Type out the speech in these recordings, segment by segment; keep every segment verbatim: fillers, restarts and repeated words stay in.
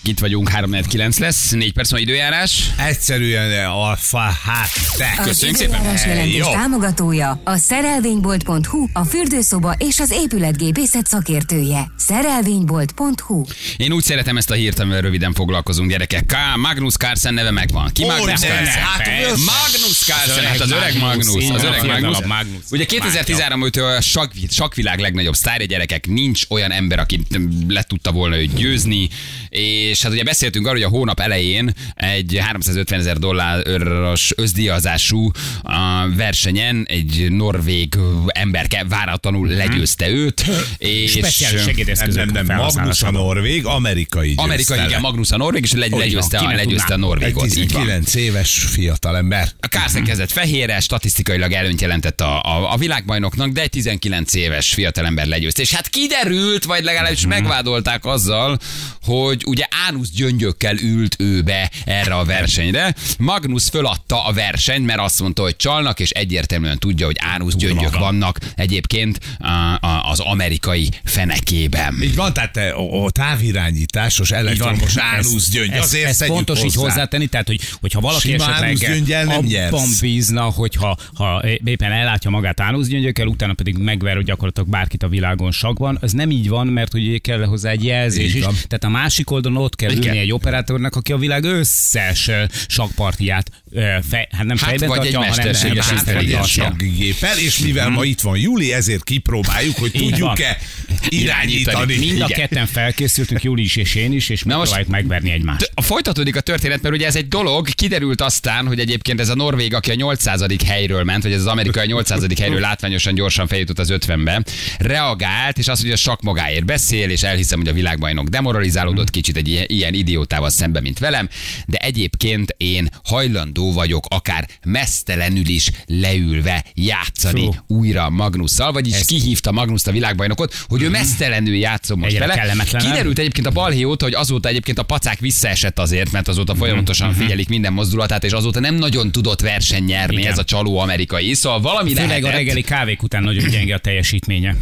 Itt vagyunk, három negyvenkilenc lesz, négy perc van időjárás. Egyszerűen a fa, hát te. Köszönjük szépen. Az időjárás jelentés Jó. támogatója a szerelvénybolt pont hu, a fürdőszoba és az épületgépészet szakértője. szerelvénybolt pont hu. Én úgy szeretem ezt a hírt, amivel röviden foglalkozunk, gyerekek. K. Magnus Carlsen neve megvan. Ki Ó, Magnus de, Carlsen? hát, Magnus Carlsen, hát az öreg Magnus. Az öreg Magnus. Ugye kétezer-tizenhárom óta a sakk- sakkvilág legnagyobb sztárja, gyerekek. Nincs olyan ember, aki le tudta volna őt győzni. És hát ugye beszéltünk arról, hogy a hónap elején egy háromszázötvenezer dolláros özdíjazású versenyen egy norvég emberke váratlanul legyőzte őt. És Speciális Nem, segédeszközök nem, nem, Magnus a norvég, amerikai Amerikai, győztele. igen, Magnus a norvég, és legy- legyőzte, ki a, ne legyőzte a tudná. norvégot. Egy Így van. tizenkilenc éves fiatalember. A Carlsen kezdett fehérre, statisztikailag előnyt jelentett a, a, a világbajnoknak, de egy tizenkilenc éves fiatalember legyőzte. És hát kiderült, vagy legalábbis megvádolták azzal, hogy ugye ánuszgyöngyökkel ült ő be erre a versenyre. Magnus föladta a versenyt, mert azt mondta, hogy csalnak, és egyértelműen tudja, hogy ánuszgyöngyök vannak egyébként a, a, az amerikai fenekében. Így van, tehát te, a, a távirányításos elektromos ánuszgyöngy. Ez, Azért ez tegyük fontos hozzá. így hozzátenni, tehát hogy, hogyha valaki Sima esetleg ánuszgyöngyel nem abban nyersz. bízna, hogyha ha éppen ellátja magát ánuszgyöngyökkel, utána pedig megver gyakorlatilag bárkit a világon sakban, ez nem így van, mert ugye kell hozzá egy jelzés Így is. van. Tehát a másik oldalon ott kell Igen. ülni egy operátornak, aki a világ összes ö, sakkpartiját ö, fej, hát nem Hát fejben vagy tartja, egy hanem mesterséges nem, Hát, nem, vagy egy intelligencia. sakkgéppel, és mivel ma itt van Júli, ezért kipróbáljuk, hogy Így tudjuk-e irányítani. Mind a Igen. ketten felkészültünk, Júli is és én is, és Na most- megpróbáljuk megverni egymást. A folytatódik a történet, mert ugye ez egy dolog, kiderült aztán, hogy egyébként ez a norvég, aki a nyolcszázadik helyről ment, vagy ez az amerikai nyolcszázadik helyről látványosan gyorsan feljutott az ötvenbe, reagált, és azt mondja, hogy a sakk magáért beszél, és elhiszem, hogy a világbajnok demoralizálódott kicsit egy ilyen, ilyen idiótával szemben, mint velem, de egyébként én hajlandó vagyok akár mesztelenül is leülve játszani Fú. újra Magnusszal, vagyis Ez- kihívta Magnuszt a világbajnokot, hogy ő mesztelenül játszom most Egyre vele. kellemetlenebb. Kiderült egyébként a balhé óta, hogy azóta egyébként a pacák visszaesett azért, mert azóta folyamatosan figyelik minden mozdulatát, és azóta nem nagyon tudott verseny nyerni Igen. ez a csaló amerikai. Szóval valami Főleg a lehetett. reggeli kávék után nagyon gyenge a teljesítménye.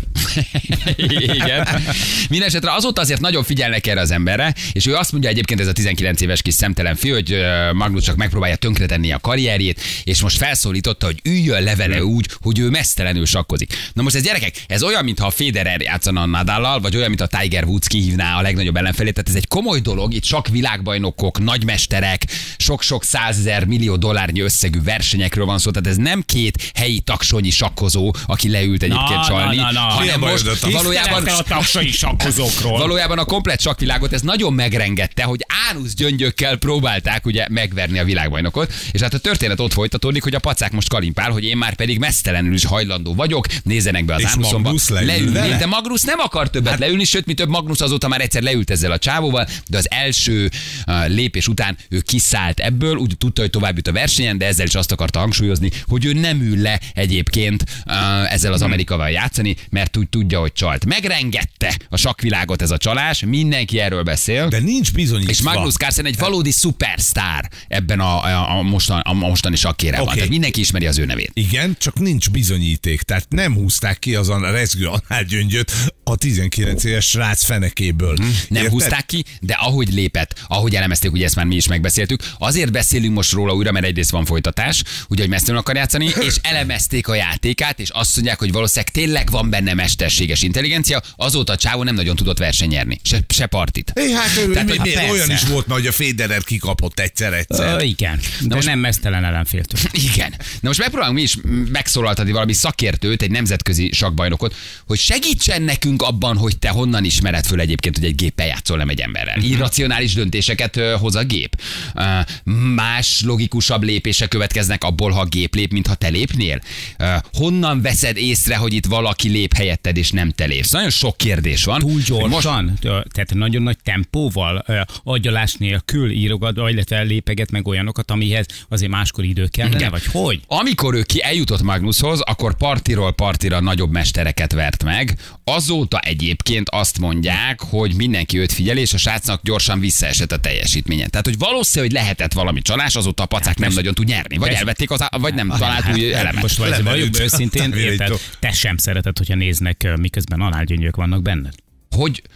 Igen. Mindenesetre azóta azért nagyon figyelnek erre az emberre, és ő azt mondja egyébként ez a tizenkilenc éves kis szemtelen fiú, hogy ö, Magnus csak megpróbálja tönkretenni a karrierjét, és most felszólította, hogy üljön le vele úgy, hogy ő mesztelenül sakkozik. Na most ez gyerekek, ez olyan, mintha a Federer játszana a Nadállal, vagy olyan, mint a Tiger Woods kihívná a legnagyobb ellenfelét. Tehát ez egy komoly dolog, itt sok világbajnokok, nagymesterek, sok-sok százezer millió dollárnyi összegű versenyekről van szó, tehát ez nem két helyi taksonyi sakkozó, aki leült egyébként csalni, na, na, na. hanem Milyen most bajod a valójában Tisztelettel a taksai sakkozókról. Valójában a komplett sakkvilágot ez nagyon megrengette, hogy ánuszgyöngyökkel próbálták ugye megverni a világbajnokot, és hát a történet ott folytatódik, hogy a pacák most kalimpál, hogy én már pedig mesztelenül is hajlandó vagyok, nézzenek be az És ánuszomba, Magnus leül leülni, vele? de Magnus nem akar többet hát, leülni, sőt, mi több Magnus azóta már egyszer leült ezzel a csávóval, de az első uh, lépés után ő kiszállt ebből, úgy tudta, hogy tovább jut a versenyen, de ezzel is azt akarta hangsúlyozni, hogy ő nem ül le egyébként uh, ezzel az Amerikával játszani, mert úgy tudja, hogy csalt. Megrengette a sakkvilágot ez a csalás, mindenki erről beszél. De nincs bizonyítva. És Magnus Carlsen egy valódi szupersztár ebben a, a, a, mostan, a mostani sakkérában. Oké. Tehát mindenki ismeri az ő nevét. Igen, csak nincs bizonyíték. Tehát nem húzták ki az a rezgő análgyöngyöt a tizenkilenc éves srác fenekéből. Nem Érted? húzták ki, de ahogy lépett, ahogy elemezték, ugye ezt már mi is megbeszéltük, azért beszélünk most róla újra, mert egyrészt van folytatás, ugye, hogy mesztelenül akar játszani, és elemezték a játékát, és azt mondják, hogy valószínűleg tényleg van benne mesterséges intelligencia, azóta a csávó nem nagyon tudott versenynyerni, se, se partit. É, hát ő, Tehát, mi, hogy mi, persze. olyan is volt, hogy a Federer kikapott egyszer-egyszer. Ö, igen, de most- nem mesztelen ellenféltől. Igen. Na most megpróbálunk mi is megszólaltatni valami szakértőt, egy nemzetközi sakkbajnokot, hogy segítsen nekünk abban, hogy te honnan ismered föl egyébként, hogy egy géppel játszol, nem egy emberrel. Irracionális döntéseket ö, hoz a gép. Ö, más logikusabb lépések következnek abból, ha a gép lép, mint ha te lépnél. Ö, honnan veszed észre, hogy itt valaki lép helyetted, és nem te lépsz? Nagyon sok kérdés van. Túl Most gyorsan, Ö, tehát nagyon nagy tempóval, ö, agyalás nélkül írogat, illetve lépeget meg olyanokat, amihez azért máskor idő kellene, Igen. vagy hogy? Amikor ő ki eljutott Magnushoz, akkor partiról partira nagyobb mestereket vert meg. Azóta egyébként azt mondják, hogy mindenki őt figyeli, és a srácnak gyorsan visszaesett a teljesítménye. Tehát, hogy valószínű, hogy lehetett valami csalás, azóta a pacák nem nagyon tud nyerni. Vagy ez- elvették, az, vagy nem talált új elemet. Most vagy lemerült. vagyok őszintén, Tavirító. érted? Te sem szereted, hogyha néznek, ö, miközben análgyöngyök vannak benned. Hogy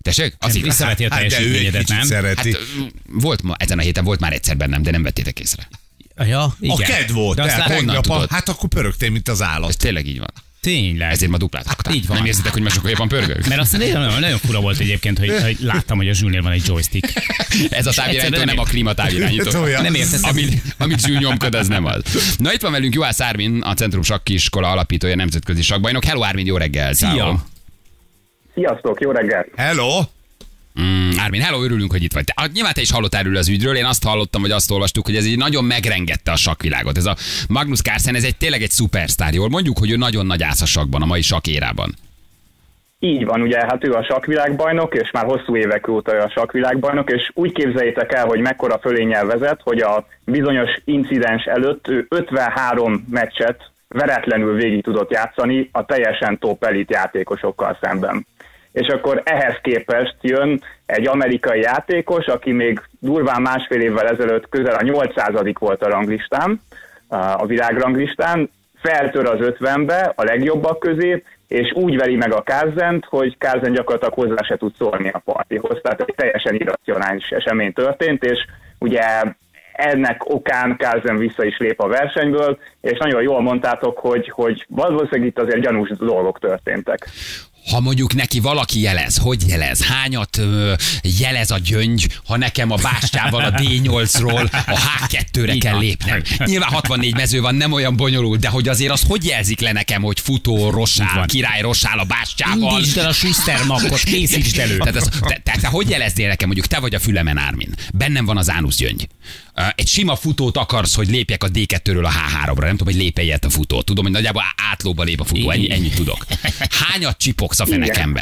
Tessék? Az Nem, igaz. szereti a Hát, de ő egy teljesítményedet, kicsit nem? szereti. Hát volt ma, ezen a héten volt már egyszer bennem, de nem vettétek észre. Ja, igen. A kedv volt, De de aztán honnan tegnap, a- tudod? hát akkor pörögtél, mint az Ez állat. tényleg így van. Tényleg. Ezért ma duplát raktál. így van. Nem érzitek, hogy ma sokkal jobban pörgök? Mert aztán nagyon, nagyon fura volt egyébként, hogy, hogy láttam, hogy a Zsülnél van egy joystick. Ez a távirányító Egyszerűen nem a klímatávirányító. Ez olyan. Nem értettem. Amit, amit Zsül nyomkod, az nem az. Na itt van velünk Juhász Ármin, a Centrum Sakkiskola alapítója, nemzetközi sakkbajnok. Hello Ármin, jó reggel. Szia! Ciao. Sziasztok, jó reggelt! Hello! Mm, Ármin, hello, örülünk, hogy itt vagy. Te, ah, nyilván te is hallottál erről az ügyről, én azt hallottam, vagy azt olvastuk, hogy ez egy nagyon megrengette a sakkvilágot. Ez a Magnus Carlsen, ez egy tényleg egy szupersztár. Jól mondjuk, hogy ő nagyon nagy ász a sakkban, a mai sakkérában. Így van, ugye, hát ő a sakkvilágbajnok, és már hosszú évek óta ő a sakkvilágbajnok, és úgy képzeljétek el, hogy mekkora fölénnyel vezet, hogy a bizonyos incidens előtt ő ötvenhárom meccset veretlenül végig tudott játszani a teljesen top elit játékosokkal szemben. És akkor ehhez képest jön egy amerikai játékos, aki még durván másfél évvel ezelőtt közel a nyolcszázadik volt a ranglistán, a világranglistán, feltör az ötvenbe a legjobbak közé, és úgy veri meg a Carlsent, hogy Carlsen gyakorlatilag hozzá se tud szólni a partihoz. Tehát egy teljesen irracionális esemény történt, és ugye ennek okán Carlsen vissza is lép a versenyből, és nagyon jól mondtátok, hogy, hogy valószínűleg itt azért gyanús dolgok történtek. Ha mondjuk neki valaki jelez, hogy jelez, hányat ö, jelez a gyöngy, ha nekem a bástyával a dé nyolcról a há kettőre Így kell van. lépnem. Nyilván hatvannégy mező van, nem olyan bonyolult, de hogy azért az hogy jelzik le nekem, hogy futó rossál, van. király rossál a bástyával. Indítsd el a Schuster makkot, készítsd elő. Tehát, az, te, te, te hogy jeleznél nekem, mondjuk te vagy a fülemen, Ármin, bennem van az ánuszgyöngy. Egy sima futót akarsz, hogy lépjek a dé kettőről a há háromra, nem tudom, hogy lép ilyet a futó. Tudom, hogy nagyjából átlóba lép a futó, ennyi, ennyit tudok. Hányat csipogsz a fenekembe?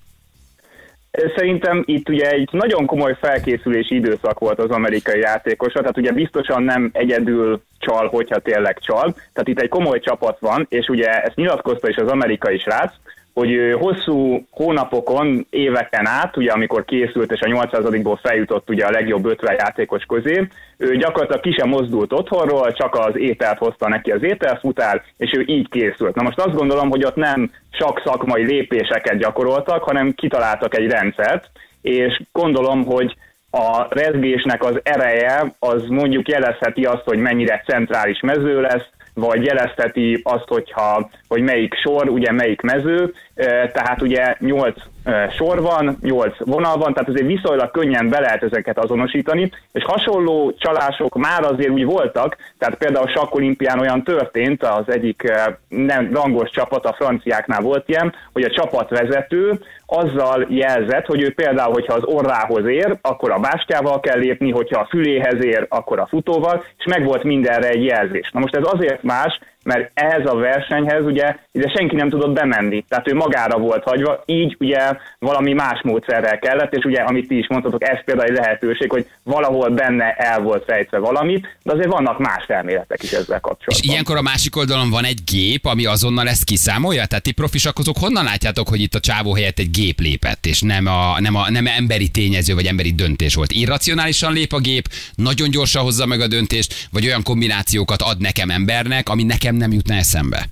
Szerintem itt ugye egy nagyon komoly felkészülési időszak volt az amerikai játékosra, tehát ugye biztosan nem egyedül csal, hogyha tényleg csal. Tehát itt egy komoly csapat van, és ugye ezt nyilatkozta is az amerikai srác, hogy ő hosszú hónapokon, éveken át, ugye amikor készült, és a nyolcszázadikból feljutott ugye a legjobb ötven játékos közé, ő gyakorlatilag ki sem mozdult otthonról, csak az ételt hozta neki az ételfutár, és ő így készült. Na most azt gondolom, hogy ott nem csak szakmai lépéseket gyakoroltak, hanem kitaláltak egy rendszert, és gondolom, hogy a rezgésnek az ereje az mondjuk jelezheti azt, hogy mennyire centrális mező lesz, vagy jelezteti azt, hogyha, hogy melyik sor, ugye melyik mező, tehát ugye nyolc sor van, nyolc vonal van, tehát azért viszonylag könnyen be lehet ezeket azonosítani, és hasonló csalások már azért úgy voltak, tehát például a sakkolimpián olyan történt, az egyik nem rangos csapat, a franciáknál volt ilyen, hogy a csapatvezető azzal jelzett, hogy ő például, hogyha az orrához ér, akkor a bástyával kell lépni, hogyha a füléhez ér, akkor a futóval, és meg volt mindenre egy jelzés. Na most ez azért más, mert ehhez a versenyhez ugye ide senki nem tudott bemenni, tehát ő magára volt hagyva, így ugye valami más módszerrel kellett, és ugye amit ti is mondtatok, ez például egy lehetőség, hogy valahol benne el volt fejtve valamit, de azért vannak más elméletek is ezzel kapcsolatban. És ilyenkor a másik oldalon van egy gép, ami azonnal ezt kiszámolja? Tehát ti profisakkozók honnan látjátok, hogy itt a csávó helyett egy gép lépett, és nem, a, nem, a, nem emberi tényező, vagy emberi döntés volt? Irracionálisan lép a gép, nagyon gyorsan hozza meg a döntést, vagy olyan kombinációkat ad nekem embernek, ami nekem nem jutna eszembe?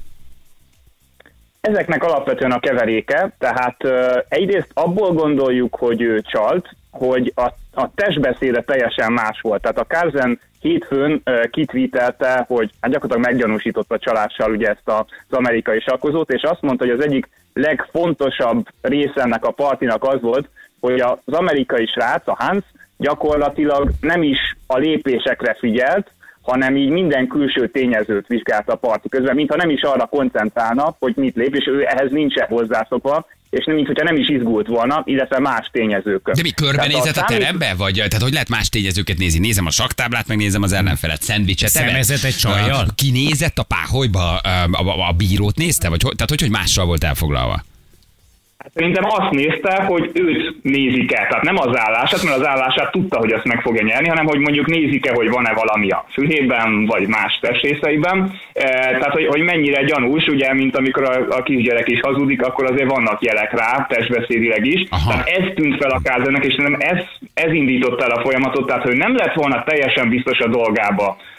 Ezeknek alapvetően a keveréke, tehát uh, egyrészt abból gondoljuk, hogy ő csalt, hogy a, a testbeszéde teljesen más volt. Tehát a Carlsen hétfőn uh, kitvítelte, hogy hát gyakorlatilag meggyanúsította csalással ugye ezt a, az amerikai sakkozót, és azt mondta, hogy az egyik legfontosabb része ennek a partinak az volt, hogy az amerikai srác, a Hans, gyakorlatilag nem is a lépésekre figyelt, hanem így minden külső tényezőt vizsgálta a parti közben, mintha nem is arra koncentrálna, hogy mit lép, és ő ehhez nincsen hozzászokva, és nem, mintha nem is izgult volna, illetve más tényezőkön. De mi körbenézett a, a terembe? Vagy tehát hogy lehet más tényezőket nézni? Nézem a saktáblát, meg nézem az ellenfelet. Szendvicset Szemezett egy csajjal? Kinézett a páholyba, a, a, a bírót nézte? Vagy, tehát hogy, hogy mással volt elfoglalva? Szerintem azt nézte, hogy őt nézik-e, tehát nem az állását, mert az állását tudta, hogy azt meg fogja nyerni, hanem hogy mondjuk nézik-e, hogy van-e valami a fülében, vagy más testrészeiben. E, tehát, hogy, hogy mennyire gyanús, ugye, mint amikor a, a kisgyerek is hazudik, akkor azért vannak jelek rá, testbeszédileg is. Aha. Tehát ez tűnt fel a Carlsennek, és szerintem ez, ez indította el a folyamatot, tehát hogy nem lett volna teljesen biztos a dolgába,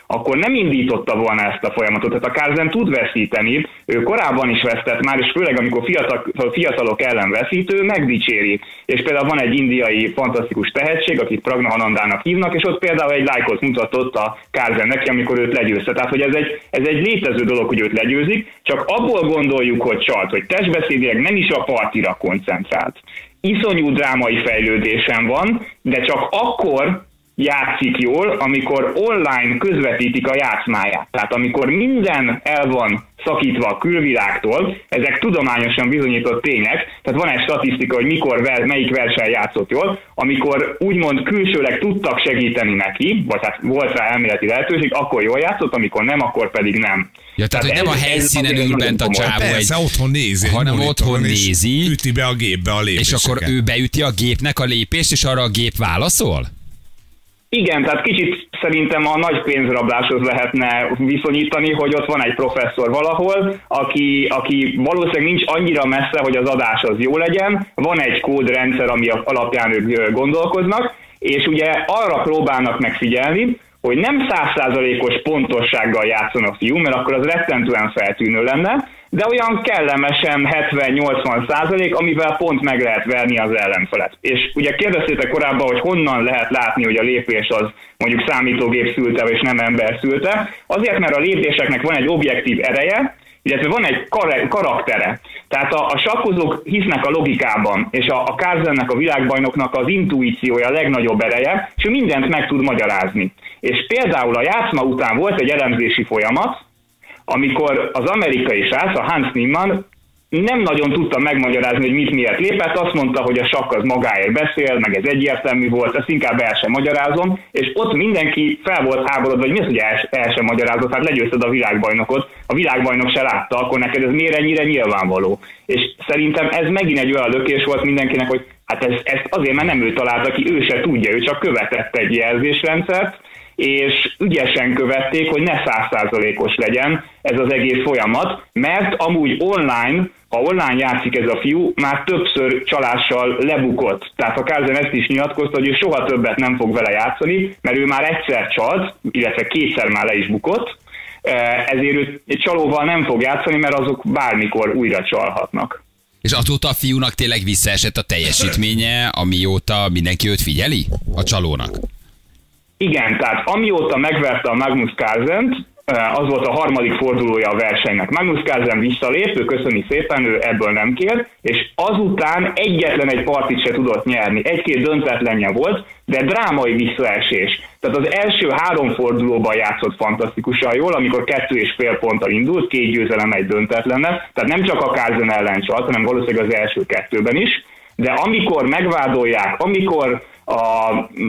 akkor nem indította volna ezt a folyamatot. Tehát a Carlsen tud veszíteni, ő korábban is vesztett már, és főleg amikor fiatal, fiatalok ellen veszít, ő megdicséri. És például van egy indiai fantasztikus tehetség, akit Pragna Anandának hívnak, és ott például egy lájkot mutatott a Carlsen neki, amikor őt legyőzte. Tehát, hogy ez egy, ez egy létező dolog, hogy őt legyőzik, csak abból gondoljuk, hogy csalt, hogy testbeszédileg nem is a partira koncentrált. Iszonyú drámai fejlődésen van, de csak akkor játszik jól, amikor online közvetítik a játszmáját. Tehát amikor minden el van szakítva a külvilágtól, ezek tudományosan bizonyított tények, tehát van egy statisztika, hogy mikor, melyik verseny játszott jól, amikor úgymond külsőleg tudtak segíteni neki, vagy hát volt rá elméleti lehetőség, akkor jól játszott, amikor nem, akkor pedig nem. Ja, tehát, tehát hogy nem a helyszínen ül bent a csávó, persze, egy, otthon nézi, hanem otthon nézi, üti be a gépbe a lépéseket. És akkor ő beüti a gépnek a lépést, és arra a gép válaszol? Igen, tehát kicsit szerintem a nagy pénzrabláshoz lehetne viszonyítani, hogy ott van egy professzor valahol, aki, aki valószínűleg nincs annyira messze, hogy az adás az jó legyen, van egy kódrendszer, ami alapján ők gondolkoznak, és ugye arra próbálnak megfigyelni, hogy nem száz százalékos pontossággal játszon a fiú, mert akkor az rettentően feltűnő lenne, de olyan kellemesen hetven-nyolcvan százalék, amivel pont meg lehet verni az ellenfelet. És ugye kérdeztétek korábban, hogy honnan lehet látni, hogy a lépés az mondjuk számítógép szülte, és nem ember szülte. Azért, mert a lépéseknek van egy objektív ereje, illetve van egy kar- karaktere. Tehát a, a sakkozók hisznek a logikában, és a, a Carlsennek, a világbajnoknak az intuíciója a legnagyobb ereje, és ő mindent meg tud magyarázni. És például a játszma után volt egy elemzési folyamat, amikor az amerikai srác, a Hans Niemann nem nagyon tudta megmagyarázni, hogy mit miért lépett, azt mondta, hogy a sakk az magáért beszél, meg ez egyértelmű volt, ezt inkább el sem magyarázom, és ott mindenki fel volt háborodva, hogy mi az, hogy el, el sem magyarázott, hát legyőzted a világbajnokot, a világbajnok se látta, akkor neked ez miért ennyire nyilvánvaló. És szerintem ez megint egy olyan lökés volt mindenkinek, hogy hát ez, ezt azért, mert nem ő találta ki, ő se tudja, ő csak követett egy jelzésrendszert, és ügyesen követték, hogy ne száz százalékos legyen ez az egész folyamat, mert amúgy online, ha online játszik ez a fiú, már többször csalással lebukott. Tehát a Carlsen ezt is nyilatkozta, hogy ő soha többet nem fog vele játszani, mert ő már egyszer csalt, illetve kétszer már le is bukott, ezért ő csalóval nem fog játszani, mert azok bármikor újra csalhatnak. És azóta a fiúnak tényleg visszaesett a teljesítménye, amióta mindenki őt figyeli? A csalónak? Igen, tehát amióta megverte a Magnus Carlsent, az volt a harmadik fordulója a versenynek. Magnus Carlsen visszalép, ő köszöni szépen, ő ebből nem kér, és azután egyetlen egy partit se tudott nyerni. Egy-két döntetlenje volt, de drámai visszaesés. Tehát az első három fordulóban játszott fantasztikusan jól, amikor kettő és fél ponttal indult, két győzelem, egy döntetlenne. Tehát nem csak a Carlsen ellen csalt, hanem valószínűleg az első kettőben is. De amikor megvádolják, amikor a,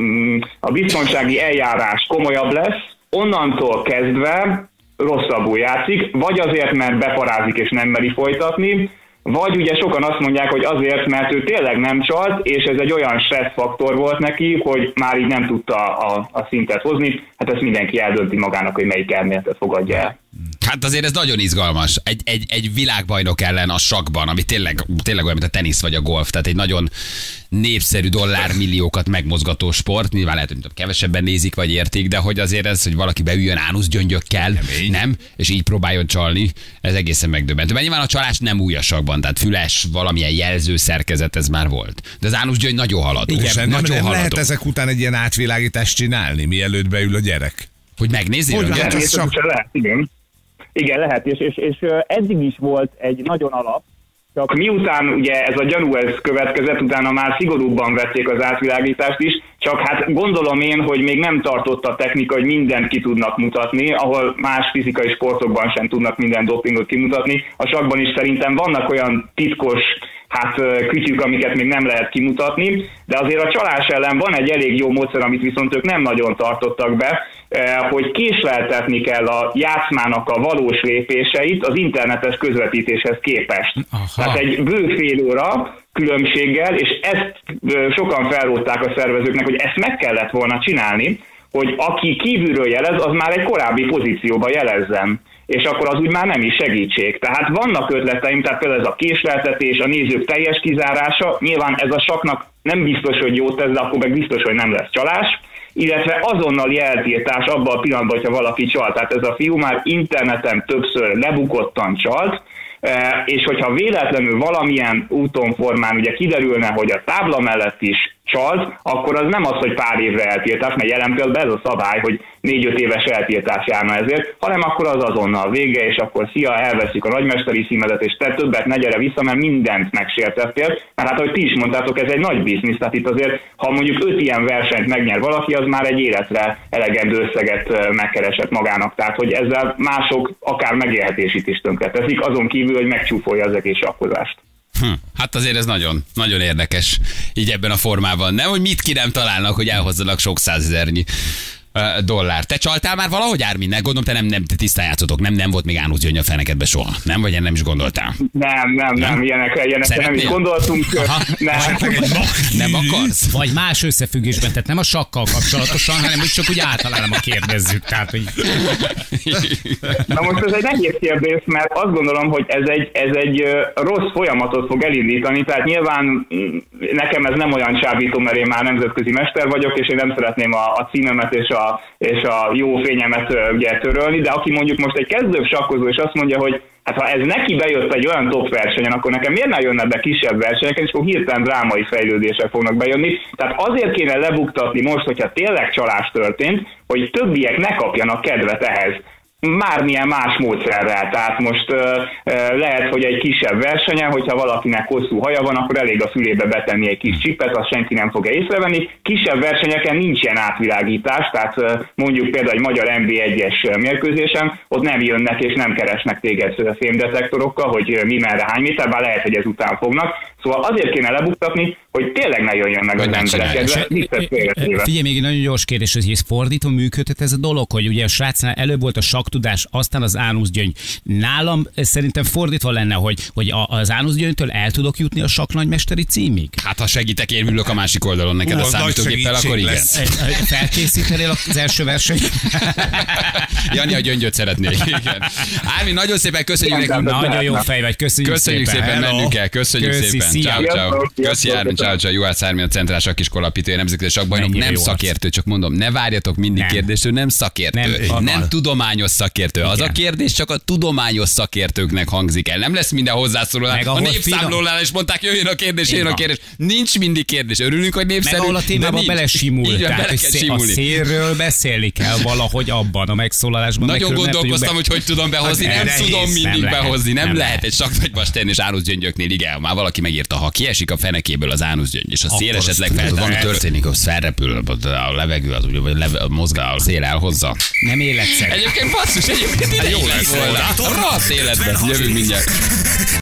a biztonsági eljárás komolyabb lesz, onnantól kezdve rosszabbul játszik, vagy azért, mert beparázik és nem meri folytatni, vagy ugye sokan azt mondják, hogy azért, mert ő tényleg nem csalt, és ez egy olyan stresszfaktor volt neki, hogy már így nem tudta a, a szintet hozni. Hát ezt mindenki eldönti magának, hogy melyik elméletet fogadja el. Hát azért ez nagyon izgalmas. Egy, egy, egy világbajnok ellen a sakkban, ami tényleg, tényleg olyan, mint a tenisz vagy a golf. Tehát egy nagyon népszerű dollármilliókat megmozgató sport. Nyilván lehet, hogy kevesebben nézik vagy értik, de hogy azért ez, hogy valaki beüljön ánuszgyöngyökkel, nem, nem, és így próbáljon csalni, ez egészen megdöbbentő. Mert nyilván a csalás nem új a sakkban, tehát füles, valamilyen jelző szerkezet ez már volt. De az ánuszgyöngy nagyon haladó. Igen, nagyon nem, nem haladó. lehet ezek után egy ilyen átvilágítást csinálni, mielőtt beül a gyerek. Hogy megnézzél? Hogy lehet, ez csak... lehet, igen. Igen, lehet, és, és, és eddig is volt egy nagyon alap, csak miután ugye ez a gyanú ez következett, utána már szigorúbban vették az átvilágítást is, csak hát gondolom én, hogy még nem tartott a technika, hogy mindent ki tudnak mutatni, ahol más fizikai sportokban sem tudnak minden dopingot kimutatni. A sakkban is szerintem vannak olyan titkos hát kütyük, amiket még nem lehet kimutatni, de azért a csalás ellen van egy elég jó módszer, amit viszont ők nem nagyon tartottak be, hogy késleltetni kell a játszmának a valós lépéseit az internetes közvetítéshez képest. Aha. Tehát egy bő fél óra különbséggel, és ezt sokan felrótták a szervezőknek, hogy ezt meg kellett volna csinálni, hogy aki kívülről jelez, az már egy korábbi pozícióba jelezzen. És akkor az úgy már nem is segítség. Tehát vannak ötleteim, tehát például ez a késleltetés, a nézők teljes kizárása, nyilván ez a sakknak nem biztos, hogy jót tesz, de akkor meg biztos, hogy nem lesz csalás, illetve azonnali eltiltás abban a pillanatban, hogyha valaki csalt. Tehát ez a fiú már interneten többször lebukottan csalt, és hogyha véletlenül valamilyen úton, formán ugye kiderülne, hogy a tábla mellett is csalt, akkor az nem az, hogy pár évre eltiltás, mert jelen pillanatban ez a szabály, hogy négy-öt éves eltiltás járna ezért, hanem akkor az azonnal vége, és akkor szia, elveszik a nagymesteri címedet, és te többet ne gyere vissza, mert mindent megsértettél. Mert hát, ahogy ti is mondtátok, ez egy nagy biznisz, tehát itt azért, ha mondjuk öt ilyen versenyt megnyer valaki, az már egy életre elegendő összeget megkeresett magának. Tehát, hogy ezzel mások akár megélhetését is tönkreteszik, azon kívül, hogy megcsúfolja az egész sakkozást. Hm, hát azért ez nagyon, nagyon érdekes, így ebben a formában. Nem, hogy mit ki nem találnak, hogy elhozzanak sok százezernyi uh, dollár. Te csaltál már valahogy, Ármin? Gondolom, te nem, nem te tisztán játszotok, nem, nem volt még Ánusz Gyöngy a fenekedbe soha. Nem, vagy nem is gondoltál? Nem, nem, nem, nem. ilyenekre, ilyenekre nem is gondoltunk. Nem. Nem akarsz? Vagy más összefüggésben, tehát nem a sakkal kapcsolatosan, hanem úgy csak úgy általában kérdezzük. Tehát, hogy... Na most ez egy nehéz kérdés, mert azt gondolom, hogy ez egy, ez egy rossz folyamatot fog elindítani, tehát nyilván nekem ez nem olyan csábító, mert én már nemzetközi mester vagyok, és én nem szeretném a, a címemet és a, és a jó fényemet ugye törölni, de aki mondjuk most egy kezdő sakkozó, és azt mondja, hogy hát ha ez neki bejött egy olyan top versenyen, akkor nekem miért ne jönne be kisebb versenyeken, és akkor hirtelen drámai fejlődések fognak bejönni. Tehát azért kéne lebuktatni most, hogyha tényleg csalás történt, hogy többiek ne kapjanak kedvet ehhez. Mármilyen más módszerrel. Tehát most uh, uh, lehet, hogy egy kisebb versenyen, hogyha valakinek hosszú haja van, akkor elég a fülébe betenni egy kis csipet, azt senki nem fogja észrevenni. Kisebb versenyeken nincs ilyen átvilágítás, tehát uh, mondjuk például egy magyar en bé egyes mérkőzésen, ott nem jönnek és nem keresnek téged fémdetektorokkal, hogy mi merre hány méter, bár lehet, hogy ezután fognak. Szóval azért kéne lebuktatni, hogy tényleg ne jöjjön meg az emberek. Figyelj, még egy nagyon gyors kérdés, hogy ez fordítva működhet ez a dolog, hogy ugye a srácnál előbb volt a saktudás, aztán az Ánusz Gyöngy. Nálam szerintem fordítva lenne, hogy, hogy az Ánusz Gyöngytől el tudok jutni a sakknagymesteri címig. Hát ha segítek, én ülök a másik oldalon neked uh, a számítógéppel, akkor igen. Felkészítenél az első verseny? Jani, a Gyöngyöt szeretnék. Igen. Ármin, nagyon szépen köszönjük nekünk. Nagyon jó fej vagy, köszönjük, köszönjük szépen. Köszönjük szépen, mennünk kell. Köszönjük szépen. Ciao, ciao. Köszi, Ármin, ciao, ciao. Juhász Ármin, a centrál sakkiskolalapítője, nemzetközi sakkbajnok, nem Juhász. Szakértő, csak mondom, ne várjatok mindig nem. kérdést, ő nem szakértő, nem, nem tudományos szakértő. Igen. Az a kérdés csak a tudományos szakértőknek hangzik el. Nem lesz minden hozzászólás. A népszámlólál is mondták, jöjjön a kérdés, jöjjön a kérdés. Nincs mindig kérdés. Örülünk, hogy népszerű. Meg ahol a témába belesimul. Így, tehát, bele szé- a szélről beszélni kell valahogy abban a megszólalásban. Nagyon gondolkoztam, hogy hogy tudom behozni. Nem tudom mindig behozni. Nem lehet egy sakknagymesteren és Ánusz Gyöngyöknél. Igen, már valaki megírta, ha kiesik a fenekéből az Ánusz Gyöngy, és a szél esetleg feltámad, történik, az felrepül a levegő, az ugye, vagy leve, mozgál, a szél elhozza. Nem életszerű. Egyébként basszus, egyébként ide jó lesz volna. Rossz életben. Jövünk mindjárt.